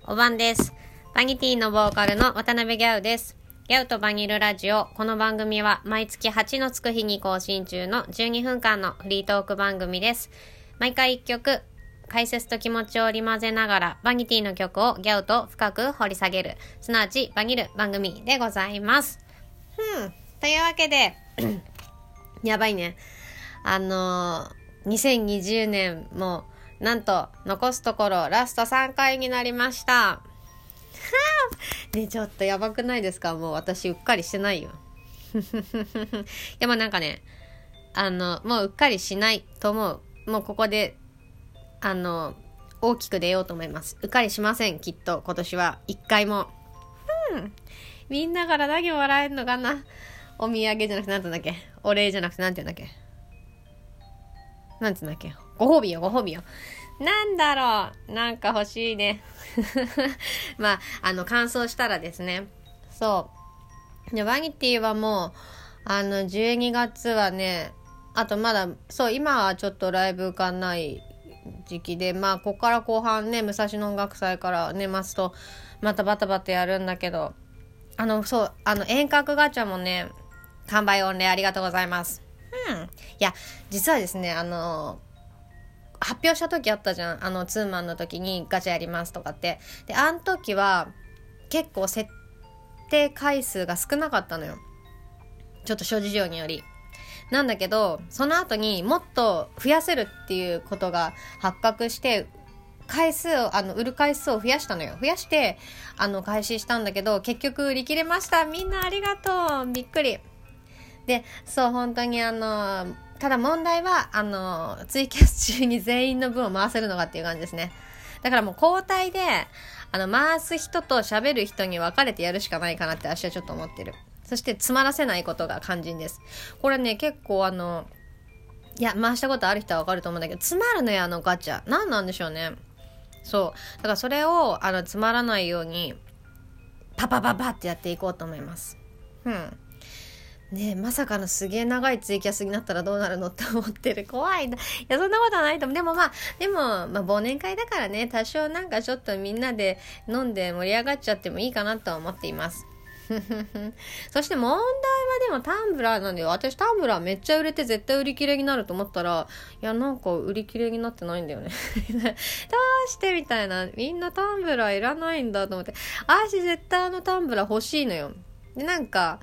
おばんです。バニティのボーカルの渡辺ギャウです。ギャウとバニルラジオ。この番組は毎月8のつく日に更新中の12分間のフリートーク番組です。毎回1曲、解説と気持ちを織り交ぜながらバニティの曲をギャウと深く掘り下げる、すなわちバニル番組でございます。というわけでやばいね。2020年もなんと残すところラスト3回になりました。ね、ちょっとやばくないですか？もう私うっかりしてないよ。でもなんかね、もううっかりしないと思う。もうここで大きく出ようと思います。うっかりしません、きっと今年は1回も。みんなから何もらえるのかな。お土産じゃなくてなんて言うんだっけ、お礼じゃなくてなんて言うんだっけ、なんて言うんだっけ、ご褒美よ。なんだろう、なんか欲しいね。まあ完走したらですね。そうで、バニティはもう12月はね、あとまだ今はちょっとライブ受かんない時期で、まあここから後半ね、武蔵野音楽祭から年末とまたバタバタやるんだけど、遠隔ガチャもね、完売御礼ありがとうございます。いや実はですね、発表した時あったじゃん、ツーマンの時にガチャやりますとかって。であの時は結構設定回数が少なかったのよ、ちょっと諸事情により。なんだけどその後にもっと増やせるっていうことが発覚して、回数を売る回数を増やしたのよ。増やして開始したんだけど、結局売り切れました。みんなありがとう、びっくり。で本当にただ問題はツイキャス中に全員の分を回せるのかっていう感じですね。だからもう交代で回す人と喋る人に分かれてやるしかないかなって私はちょっと思ってる。そして詰まらせないことが肝心です。これね、結構いや回したことある人は分かると思うんだけど、詰まるのよガチャ。何なんでしょうね。そうだからそれを詰まらないようにパパパパってやっていこうと思います。ねえ、まさかのすげえ長いツイキャスになったらどうなるのって思ってる。怖いな。いや、そんなことはないと思う。でも忘年会だからね、多少なんかちょっとみんなで飲んで盛り上がっちゃってもいいかなとは思っています。そして問題はでもタンブラーなんだよ。私タンブラーめっちゃ売れて絶対売り切れになると思ったら、いやなんか売り切れになってないんだよね。どうしてみたいな。みんなタンブラーいらないんだと思って。私絶対タンブラー欲しいのよ。でなんか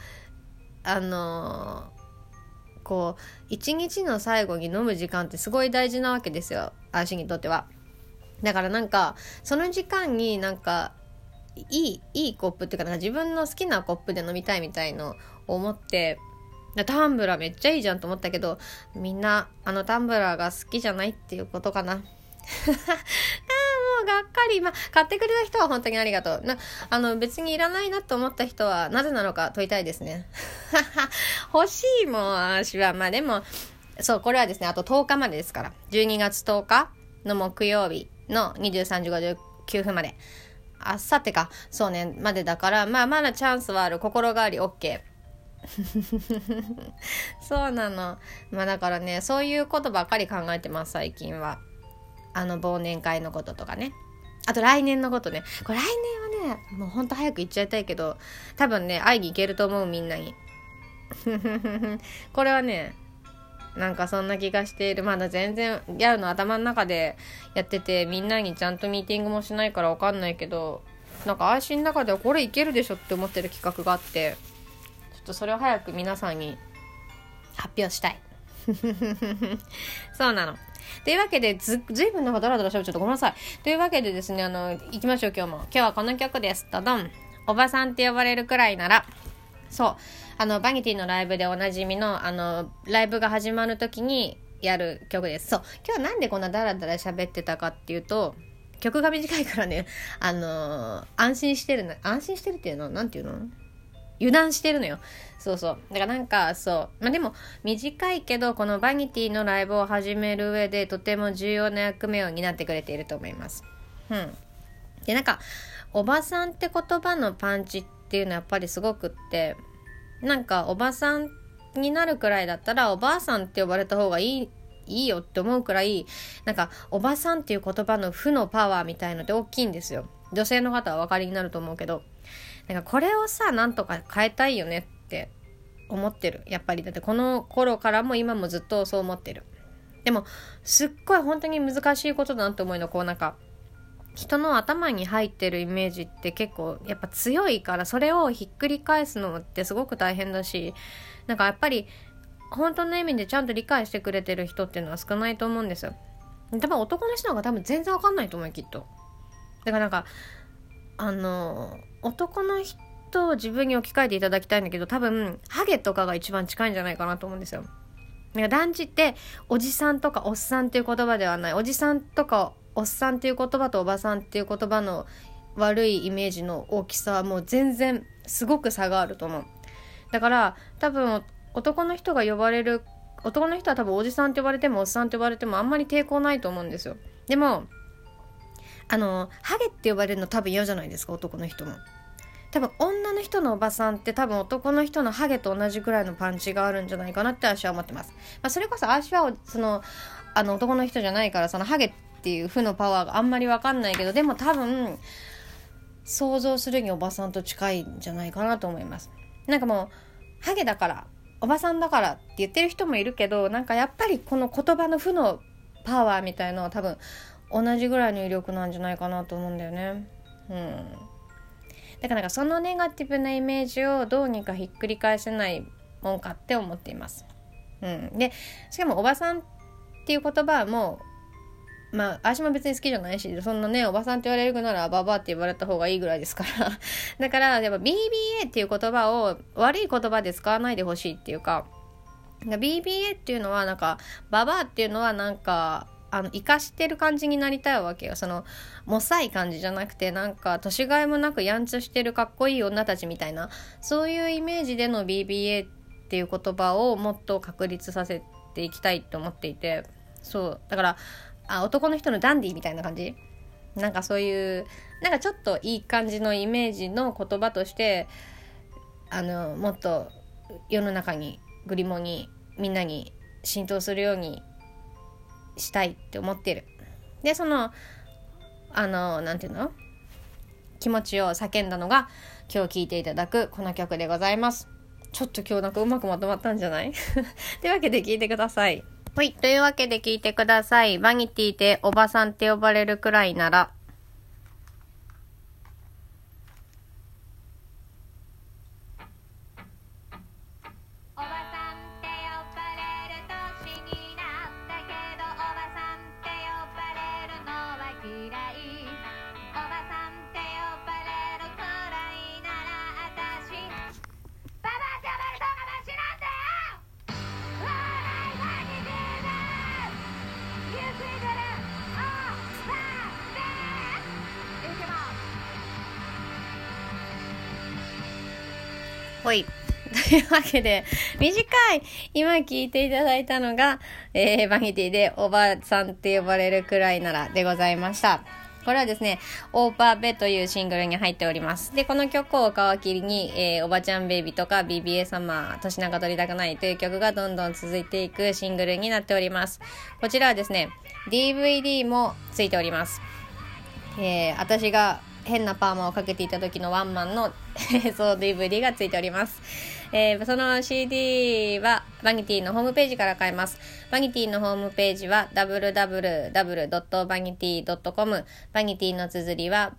一日の最後に飲む時間ってすごい大事なわけですよ、私にとっては。だからなんかその時間になんかいいコップっていうか、自分の好きなコップで飲みたいみたいのを思って、タンブラーめっちゃいいじゃんと思ったけど、みんなタンブラーが好きじゃないっていうことかな。もうがっかり。買ってくれた人は本当にありがとう。別にいらないなと思った人はなぜなのか問いたいですね。欲しいもん、私は。でも、これはですね、あと10日までですから。12月10日の木曜日の23時59分まで。あさてか、そうね、までだから、まだチャンスはある。心変わり OK。そうなの。だからね、そういうことばっかり考えてます、最近は。忘年会のこととかね。あと来年のことね。これ来年はね、もうほんと早く行っちゃいたいけど、多分ね、会いに行けると思う、みんなに。これはね、なんかそんな気がしている。まだ全然ギャルの頭の中でやってて、みんなにちゃんとミーティングもしないからわかんないけど、なんか愛心の中ではこれいけるでしょって思ってる企画があって、ちょっとそれを早く皆さんに発表したい。そうなの。というわけでずいぶんなんかダラダラしゃべっちゃったごめんなさい。というわけでですね、行きましょう。今日はこの曲です。ドドン。おばさんって呼ばれるくらいなら。バニティのライブでおなじみのライブが始まる時にやる曲です。今日なんでこんなダラダラ喋ってたかっていうと、曲が短いからね、安心してるっていうのなんていうの、油断してるのよ。だからなんかでも短いけど、このバニティのライブを始める上でとても重要な役目を担ってくれていると思います。でなんかおばさんって言葉のパンチっていうのはやっぱりすごくって、なんかおばさんになるくらいだったらおばあさんって呼ばれた方がいいよって思うくらい、なんかおばさんっていう言葉の負のパワーみたいのって大きいんですよ。 女性の方はお分かりになると思うけど、なんかこれをさなんとか変えたいよねって思ってる。やっぱりだってこの頃からも今もずっとそう思ってる。でもすっごい本当に難しいことだなって思うの。こうなんか人の頭に入ってるイメージって結構やっぱ強いから、それをひっくり返すのってすごく大変だし、なんかやっぱり本当の意味でちゃんと理解してくれてる人っていうのは少ないと思うんですよ。多分男の人の方が多分全然わかんないと思うよ、きっと。だからなんか男の人を自分に置き換えていただきたいんだけど、多分ハゲとかが一番近いんじゃないかなと思うんですよ。なんか団地っておじさんとかおっさんっていう言葉ではない。おじさんとかおっさんっていう言葉とおばさんっていう言葉の悪いイメージの大きさはもう全然すごく差があると思う。だから多分男の人は多分おじさんって呼ばれてもおっさんって呼ばれてもあんまり抵抗ないと思うんですよ。でもハゲって呼ばれるの多分嫌じゃないですか、男の人も。多分女の人のおばさんって多分男の人のハゲと同じくらいのパンチがあるんじゃないかなって私は思ってます。それこそ私は男の人じゃないからそのハゲっていう負のパワーがあんまり分かんないけど、でも多分想像するにおばさんと近いんじゃないかなと思います。なんかもうハゲだからおばさんだからって言ってる人もいるけど、なんかやっぱりこの言葉の負のパワーみたいのは多分同じぐらいの威力なんじゃないかなと思うんだよね。だからなんかそのネガティブなイメージをどうにかひっくり返せないもんかって思っています。でしかもおばさんっていう言葉はもう私も別に好きじゃないし、そんなねおばさんって言われるならババアって言われた方がいいぐらいですからだからやっぱ BBA っていう言葉を悪い言葉で使わないでほしいっていうか、BBA っていうのはなんかババアっていうのはなんか生かしてる感じになりたいわけよ。そのもさい感じじゃなくて、なんか年がいもなくやんちゃしてるかっこいい女たちみたいな、そういうイメージでの BBA っていう言葉をもっと確立させていきたいと思っていて、そうだから男の人のダンディみたいな感じ、なんかそういうなんかちょっといい感じのイメージの言葉としてもっと世の中にグリモにみんなに浸透するようにしたいって思ってる。でなんていうの、気持ちを叫んだのが今日聴いていただくこの曲でございます。ちょっと今日なんかうまくまとまったんじゃないというわけで聴いてください。はい、というわけで聴いてください。バニティでおばさんって呼ばれるくらいなら。ほいというわけで短い今聞いていただいたのが、バニティでおばさんって呼ばれるくらいならでございました。これはですねオーパーベというシングルに入っております。でこの曲を皮切りに、おばちゃんベイビーとか BBA サマー年なんか取りたくないという曲がどんどん続いていくシングルになっております。こちらはですね DVD もついております。私が変なパーマをかけていた時のワンマンのそう DVD がついております。その CD はバニティのホームページから買えます。バニティのホームページは www.vanity.com、 バニティの綴りは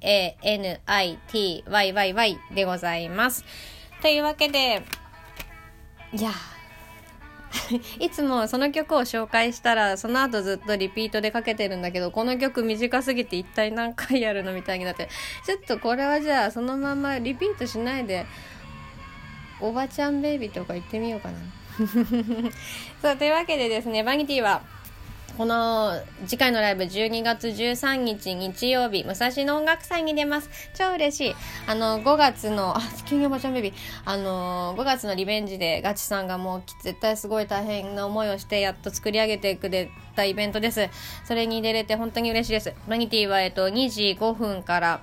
VANITYYY でございます。というわけでいやいつもその曲を紹介したらその後ずっとリピートでかけてるんだけど、この曲短すぎて一体何回やるのみたいになって、ちょっとこれはじゃあそのままリピートしないでおばちゃんベイビーとか言ってみようかなそうというわけでですね、バニティはこの次回のライブ12月13日日曜日武蔵野音楽祭に出ます。超嬉しい。5月の急におばちゃんベビー5月のリベンジでガチさんがもう絶対すごい大変な思いをしてやっと作り上げてくれたイベントです。それに出れて本当に嬉しいです。バニティは2時5分から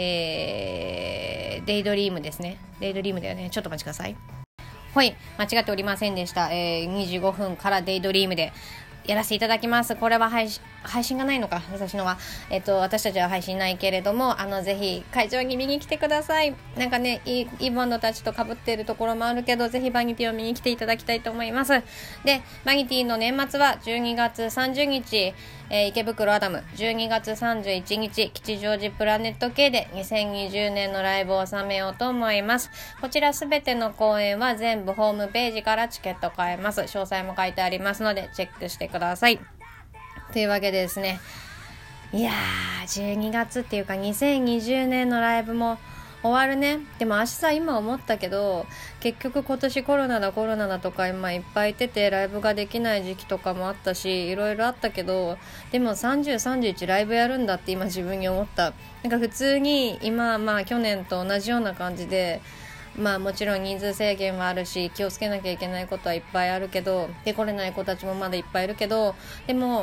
デイドリームですね。デイドリームだよね。ちょっとお待ちください。はい、間違っておりませんでした。2時5分からデイドリームでやらせていただきます。これは配信がないのか、私のは。私たちは配信ないけれども、ぜひ会場に見に来てください。なんかね、いいバンドたちと被っているところもあるけど、ぜひバニティを見に来ていただきたいと思います。で、バニティの年末は12月30日、池袋アダム、12月31日、吉祥寺プラネット系で2020年のライブを収めようと思います。こちらすべての公演は全部ホームページからチケット買えます。詳細も書いてありますので、チェックしてください。というわけでですね、いやー、12月っていうか2020年のライブも終わるね。でも今思ったけど、結局今年コロナだとか今いっぱい出てライブができない時期とかもあったし、いろいろあったけど、でも30、31ライブやるんだって今自分に思った。なんか普通に今去年と同じような感じで、もちろん人数制限はあるし気をつけなきゃいけないことはいっぱいあるけど、で来れない子たちもまだいっぱいいるけど、でも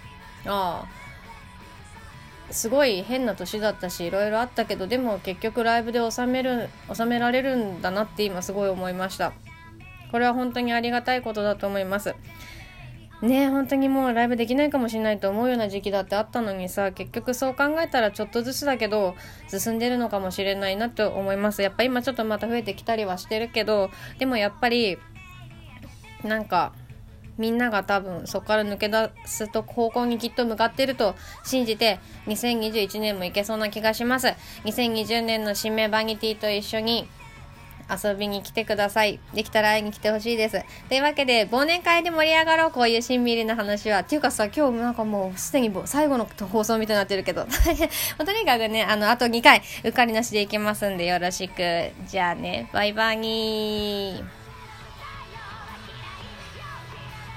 すごい変な年だったしいろいろあったけど、でも結局ライブで収められるんだなって今すごい思いました。これは本当にありがたいことだと思いますね。本当にもうライブできないかもしれないと思うような時期だってあったのにさ、結局そう考えたらちょっとずつだけど進んでるのかもしれないなと思います。やっぱ今ちょっとまた増えてきたりはしてるけど、でもやっぱりなんかみんなが多分そこから抜け出すと方向にきっと向かっていると信じて、2021年もいけそうな気がします。2020年の新芽バニティと一緒に遊びに来てください。できたら会いに来てほしいです。というわけで忘年会で盛り上がろう。こういうしんみりな話はっていうかさ、今日なんかもうすでに最後の放送みたいになってるけどとにかくね、あと2回うっかりなしでいきますんでよろしく。じゃあね、バイバイにー。